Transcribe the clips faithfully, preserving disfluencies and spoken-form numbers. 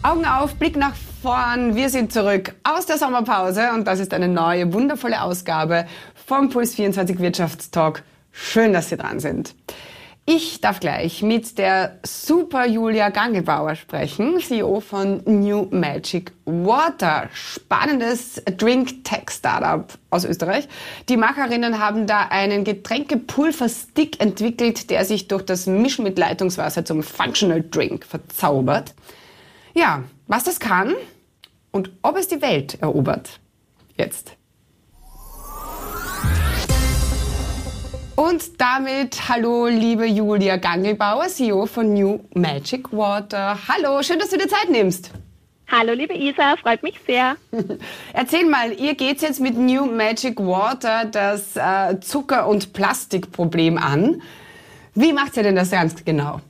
Augen auf, Blick nach vorn. Wir sind zurück aus der Sommerpause und das ist eine neue, wundervolle Ausgabe vom Puls vierundzwanzig Wirtschaftstalk. Schön, dass Sie dran sind. Ich darf gleich mit der Super Julia Gangelbauer sprechen, C E O von New Magic Water. Spannendes Drink-Tech-Startup aus Österreich. Die Macherinnen haben da einen Getränkepulver-Stick entwickelt, der sich durch das Mischen mit Leitungswasser zum Functional Drink verzaubert. Ja, was das kann und ob es die Welt erobert. Jetzt. Und damit hallo, liebe Julia Gangelbauer, C E O von New Magic Water. Hallo, schön, dass du dir Zeit nimmst. Hallo, liebe Isa, freut mich sehr. Erzähl mal, ihr geht jetzt mit New Magic Water das äh, Zucker- und Plastikproblem an. Wie macht ihr denn das ganz genau?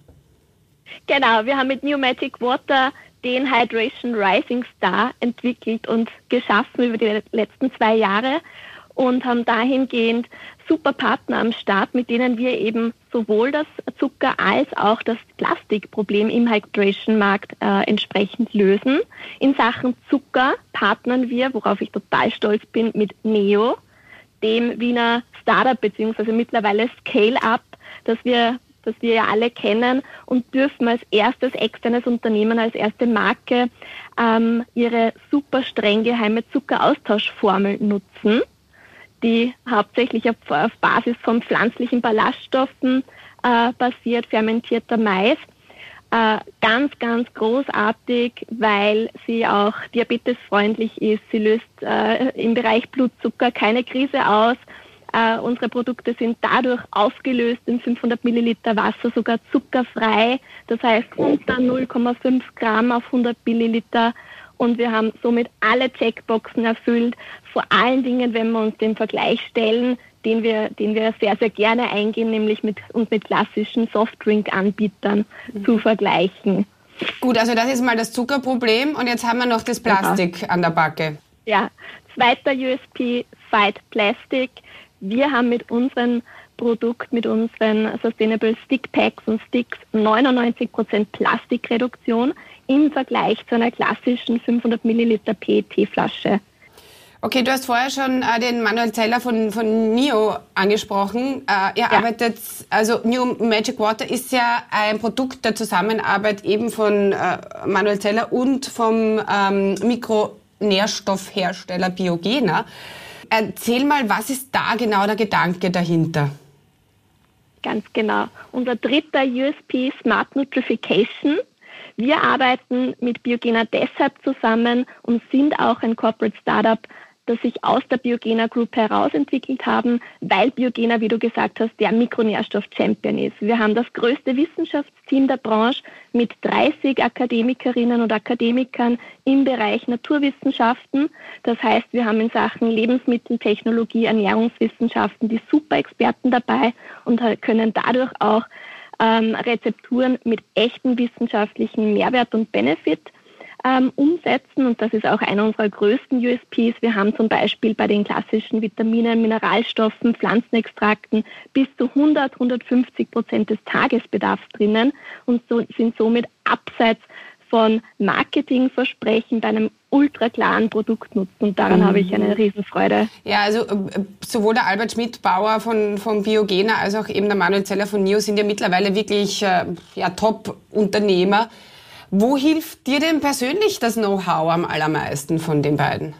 Genau, wir haben mit New Magic Water den Hydration Rising Star entwickelt und geschaffen über die letzten zwei Jahre und haben dahingehend super Partner am Start, mit denen wir eben sowohl das Zucker- als auch das Plastikproblem im Hydration-Markt äh, entsprechend lösen. In Sachen Zucker partnern wir, worauf ich total stolz bin, mit Neo, dem Wiener Startup bzw. mittlerweile Scale-Up, das wir das wir ja alle kennen und dürfen als erstes externes Unternehmen, als erste Marke ähm, ihre super streng geheime Zuckeraustauschformel nutzen, die hauptsächlich auf, auf Basis von pflanzlichen Ballaststoffen äh, basiert, fermentierter Mais. Äh, ganz, ganz großartig, weil sie auch diabetesfreundlich ist. Sie löst äh, im Bereich Blutzucker keine Krise aus. Uh, unsere Produkte sind dadurch aufgelöst in fünfhundert Milliliter Wasser, sogar zuckerfrei, das heißt unter null Komma fünf Gramm auf hundert Milliliter und wir haben somit alle Checkboxen erfüllt, vor allen Dingen, wenn wir uns den Vergleich stellen, den wir, den wir sehr, sehr gerne eingehen, nämlich mit uns mit klassischen Softdrink-Anbietern mhm. zu vergleichen. Gut, also das ist mal das Zuckerproblem und jetzt haben wir noch das Plastik ja. an der Backe. Ja, zweiter U S P, Fight Plastic. Wir haben mit unserem Produkt, mit unseren Sustainable Stick Packs und Sticks neunundneunzig Prozent Plastikreduktion im Vergleich zu einer klassischen fünfhundert Milliliter P E T-Flasche. Okay, du hast vorher schon äh, den Manuel Zeller von, von Neo angesprochen. Äh, ihr ja. arbeitet, also New Magic Water ist ja ein Produkt der Zusammenarbeit eben von äh, Manuel Zeller und vom ähm, Mikronährstoffhersteller Biogena. Erzähl mal, was ist da genau der Gedanke dahinter? Ganz genau. Unser dritter U S P Smart Nutrification. Wir arbeiten mit Biogena deshalb zusammen und sind auch ein Corporate Startup, das sich aus der Biogena Group herausentwickelt haben, weil Biogena, wie du gesagt hast, der Mikronährstoff-Champion ist. Wir haben das größte Wissenschaftsteam der Branche mit dreißig Akademikerinnen und Akademikern im Bereich Naturwissenschaften. Das heißt, wir haben in Sachen Lebensmitteltechnologie, Ernährungswissenschaften die Super-Experten dabei und können dadurch auch ähm, Rezepturen mit echtem wissenschaftlichen Mehrwert und Benefit Ähm, umsetzen und das ist auch einer unserer größten U S Ps. Wir haben zum Beispiel bei den klassischen Vitaminen, Mineralstoffen, Pflanzenextrakten bis zu hundert, hundertfünfzig Prozent des Tagesbedarfs drinnen und so, sind somit abseits von Marketingversprechen bei einem ultraklaren Produktnutzen und daran mhm. habe ich eine Riesenfreude. Ja, also äh, sowohl der Albert Schmidt-Bauer von, von Biogena als auch eben der Manuel Zeller von Neo sind ja mittlerweile wirklich äh, ja, Top-Unternehmer. Wo hilft dir denn persönlich das Know-how am allermeisten von den beiden?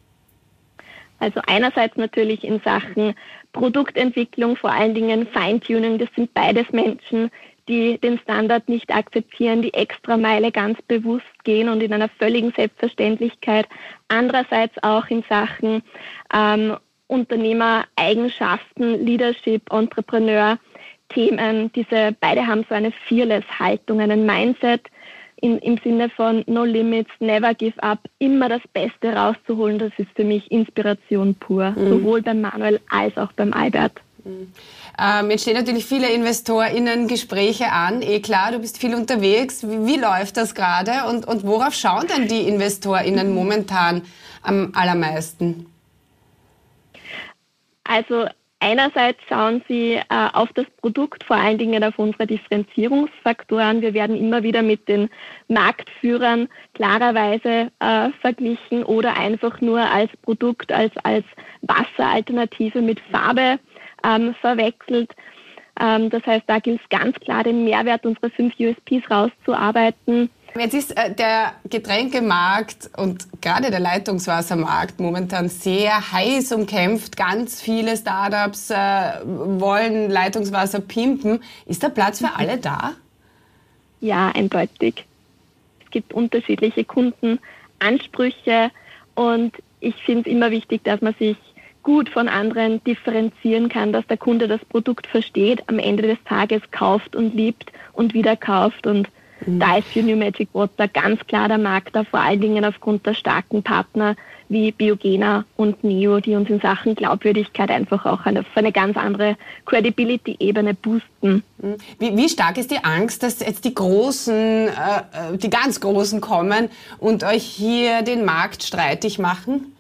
Also einerseits natürlich in Sachen Produktentwicklung, vor allen Dingen Feintuning. Das sind beides Menschen, die den Standard nicht akzeptieren, die Extrameile ganz bewusst gehen und in einer völligen Selbstverständlichkeit. Andererseits auch in Sachen ähm, Unternehmereigenschaften, Leadership, Entrepreneur-Themen. Diese beide haben so eine Fearless-Haltung, einen Mindset, In, im Sinne von No Limits, Never Give Up, immer das Beste rauszuholen, das ist für mich Inspiration pur, mhm. sowohl beim Manuel als auch beim Albert. Mhm. Ähm, jetzt stehen natürlich viele InvestorInnen Gespräche an, eh klar, du bist viel unterwegs. Wie, wie läuft das gerade und, und worauf schauen denn die InvestorInnen momentan am allermeisten? Also Einerseits schauen sie äh, auf das Produkt, vor allen Dingen auf unsere Differenzierungsfaktoren. Wir werden immer wieder mit den Marktführern klarerweise äh, verglichen oder einfach nur als Produkt, als, als Wasseralternative mit Farbe ähm, verwechselt. Ähm, das heißt, da gilt es ganz klar, den Mehrwert unserer fünf U S Ps rauszuarbeiten. Jetzt ist äh, der Getränkemarkt und gerade der Leitungswassermarkt momentan sehr heiß umkämpft. Ganz viele Startups äh, wollen Leitungswasser pimpen. Ist der Platz für alle da? Ja, eindeutig. Es gibt unterschiedliche Kundenansprüche und ich finde es immer wichtig, dass man sich gut von anderen differenzieren kann, dass der Kunde das Produkt versteht, am Ende des Tages kauft und liebt und wieder kauft. Und mhm. da ist für New Magic Water ganz klar der Markt da, vor allen Dingen aufgrund der starken Partner wie Biogena und Neo, die uns in Sachen Glaubwürdigkeit einfach auch eine, auf eine ganz andere Credibility-Ebene boosten. Wie, wie stark ist die Angst, dass jetzt die Großen, äh, die ganz Großen kommen und euch hier den Markt streitig machen?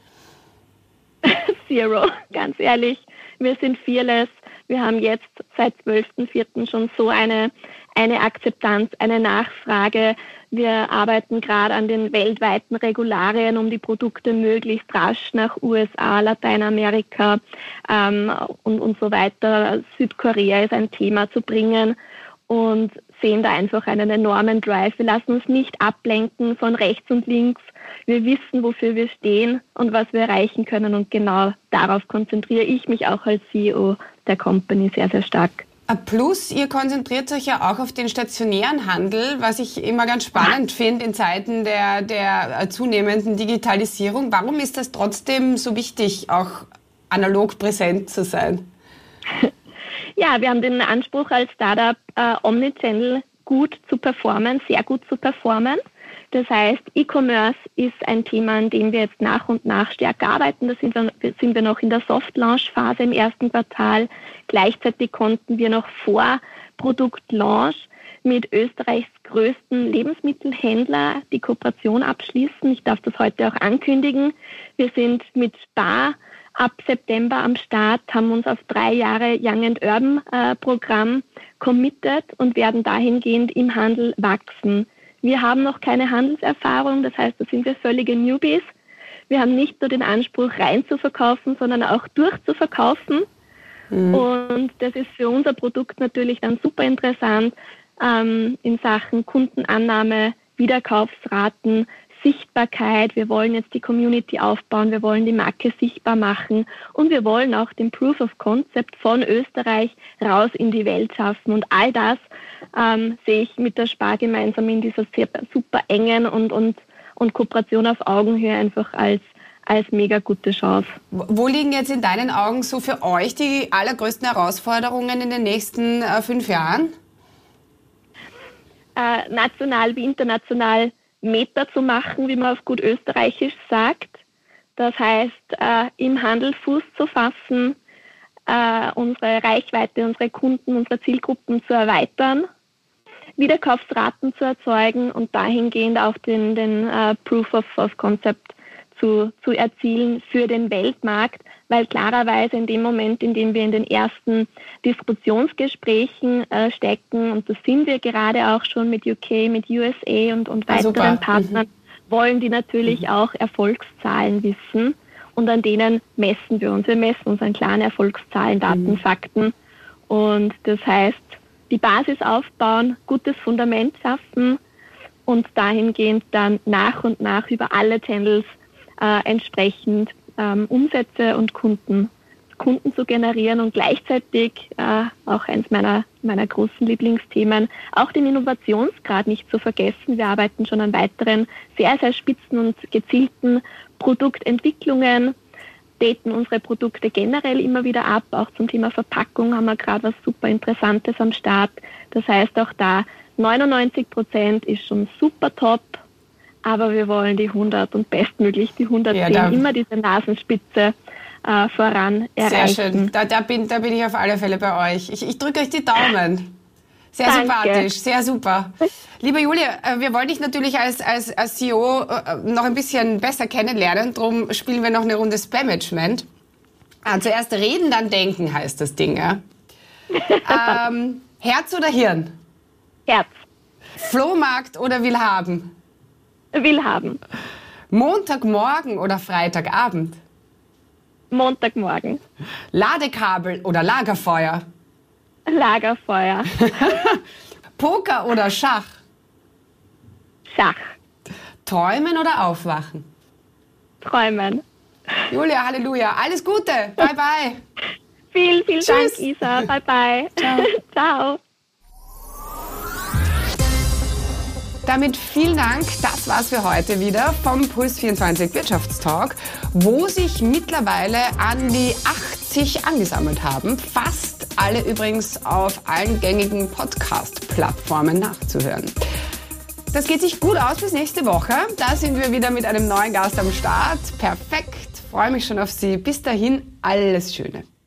Zero, ganz ehrlich. Wir sind fearless. Wir haben jetzt seit zwölften vierten schon so eine, eine Akzeptanz, eine Nachfrage. Wir arbeiten gerade an den weltweiten Regularien, um die Produkte möglichst rasch nach U S A, Lateinamerika ähm, und, und so weiter. Südkorea ist ein Thema zu bringen und sehen da einfach einen enormen Drive. Wir lassen uns nicht ablenken von rechts und links. Wir wissen, wofür wir stehen und was wir erreichen können und genau darauf konzentriere ich mich auch als C E O der Company sehr, sehr stark. Plus, ihr konzentriert euch ja auch auf den stationären Handel, was ich immer ganz spannend finde in Zeiten der, der zunehmenden Digitalisierung. Warum ist das trotzdem so wichtig, auch analog präsent zu sein? Ja, wir haben den Anspruch als Startup äh, Omnichannel gut zu performen, sehr gut zu performen. Das heißt, E-Commerce ist ein Thema, an dem wir jetzt nach und nach stärker arbeiten. Da sind wir, sind wir noch in der Soft-Launch-Phase im ersten Quartal. Gleichzeitig konnten wir noch vor Produktlaunch mit Österreichs größten Lebensmittelhändler die Kooperation abschließen. Ich darf das heute auch ankündigen. Wir sind mit Spar ab September am Start, haben uns auf drei Jahre Young and Urban äh, Programm committed und werden dahingehend im Handel wachsen. Wir haben noch keine Handelserfahrung, das heißt, da sind wir völlige Newbies. Wir haben nicht nur den Anspruch, rein zu verkaufen, sondern auch durchzuverkaufen. Mhm. Und das ist für unser Produkt natürlich dann super interessant ähm, in Sachen Kundenannahme, Wiederkaufsraten, Sichtbarkeit. Wir wollen jetzt die Community aufbauen, wir wollen die Marke sichtbar machen und wir wollen auch den Proof of Concept von Österreich raus in die Welt schaffen. Und all das ähm, sehe ich mit der Spar gemeinsam in dieser sehr, super engen und, und, und Kooperation auf Augenhöhe einfach als, als mega gute Chance. Wo liegen jetzt in deinen Augen so für euch die allergrößten Herausforderungen in den nächsten äh, fünf Jahren? Äh, national wie international Meter zu machen, wie man auf gut Österreichisch sagt. Das heißt, äh, im Handel Fuß zu fassen, äh, unsere Reichweite, unsere Kunden, unsere Zielgruppen zu erweitern, Wiederkaufsraten zu erzeugen und dahingehend auch den, den uh, Proof of, of Concept zu, zu erzielen für den Weltmarkt, weil klarerweise in dem Moment, in dem wir in den ersten Distributionsgesprächen äh, stecken, und das sind wir gerade auch schon mit U K, mit U S A und, und weiteren Super. Partnern, mhm. wollen die natürlich mhm. auch Erfolgszahlen wissen und an denen messen wir uns. Wir messen uns an klaren Erfolgszahlen, Daten, mhm. Fakten und das heißt, die Basis aufbauen, gutes Fundament schaffen und dahingehend dann nach und nach über alle Channels äh, entsprechend ähm, Umsätze und Kunden, Kunden zu generieren und gleichzeitig äh, auch eins meiner, meiner großen Lieblingsthemen, auch den Innovationsgrad nicht zu vergessen. Wir arbeiten schon an weiteren sehr, sehr spitzen und gezielten Produktentwicklungen, daten unsere Produkte generell immer wieder ab. Auch zum Thema Verpackung haben wir gerade was super Interessantes am Start. Das heißt auch da, neunundneunzig Prozent ist schon super top, aber wir wollen die hundert und bestmöglich die hundertzehn, ja, immer diese Nasenspitze äh, voran erreichen. Sehr schön, da, da, bin, da bin ich auf alle Fälle bei euch. Ich, ich drücke euch die Daumen. Sehr Danke. Sympathisch, sehr super. Liebe Julia, wir wollen dich natürlich als, als, als C E O noch ein bisschen besser kennenlernen, darum spielen wir noch eine Runde Spamagement. Ah, zuerst reden, dann denken heißt das Ding, ja? ähm, Herz oder Hirn? Herz. Flohmarkt oder Willhaben? Willhaben. Montagmorgen oder Freitagabend? Montagmorgen. Ladekabel oder Lagerfeuer? Lagerfeuer. Poker oder Schach? Schach. Träumen oder aufwachen? Träumen. Julia, Halleluja. Alles Gute. Bye, bye. Vielen, vielen Tschüss. Dank, Isa. Bye, bye. Ciao. Ciao. Damit vielen Dank. Das war's für heute wieder vom Puls vierundzwanzig Wirtschaftstalk, wo sich mittlerweile an die achtzig angesammelt haben. Fast alle übrigens auf allen gängigen Podcast-Plattformen nachzuhören. Das geht sich gut aus bis nächste Woche. Da sind wir wieder mit einem neuen Gast am Start. Perfekt. Freue mich schon auf Sie. Bis dahin, alles Schöne.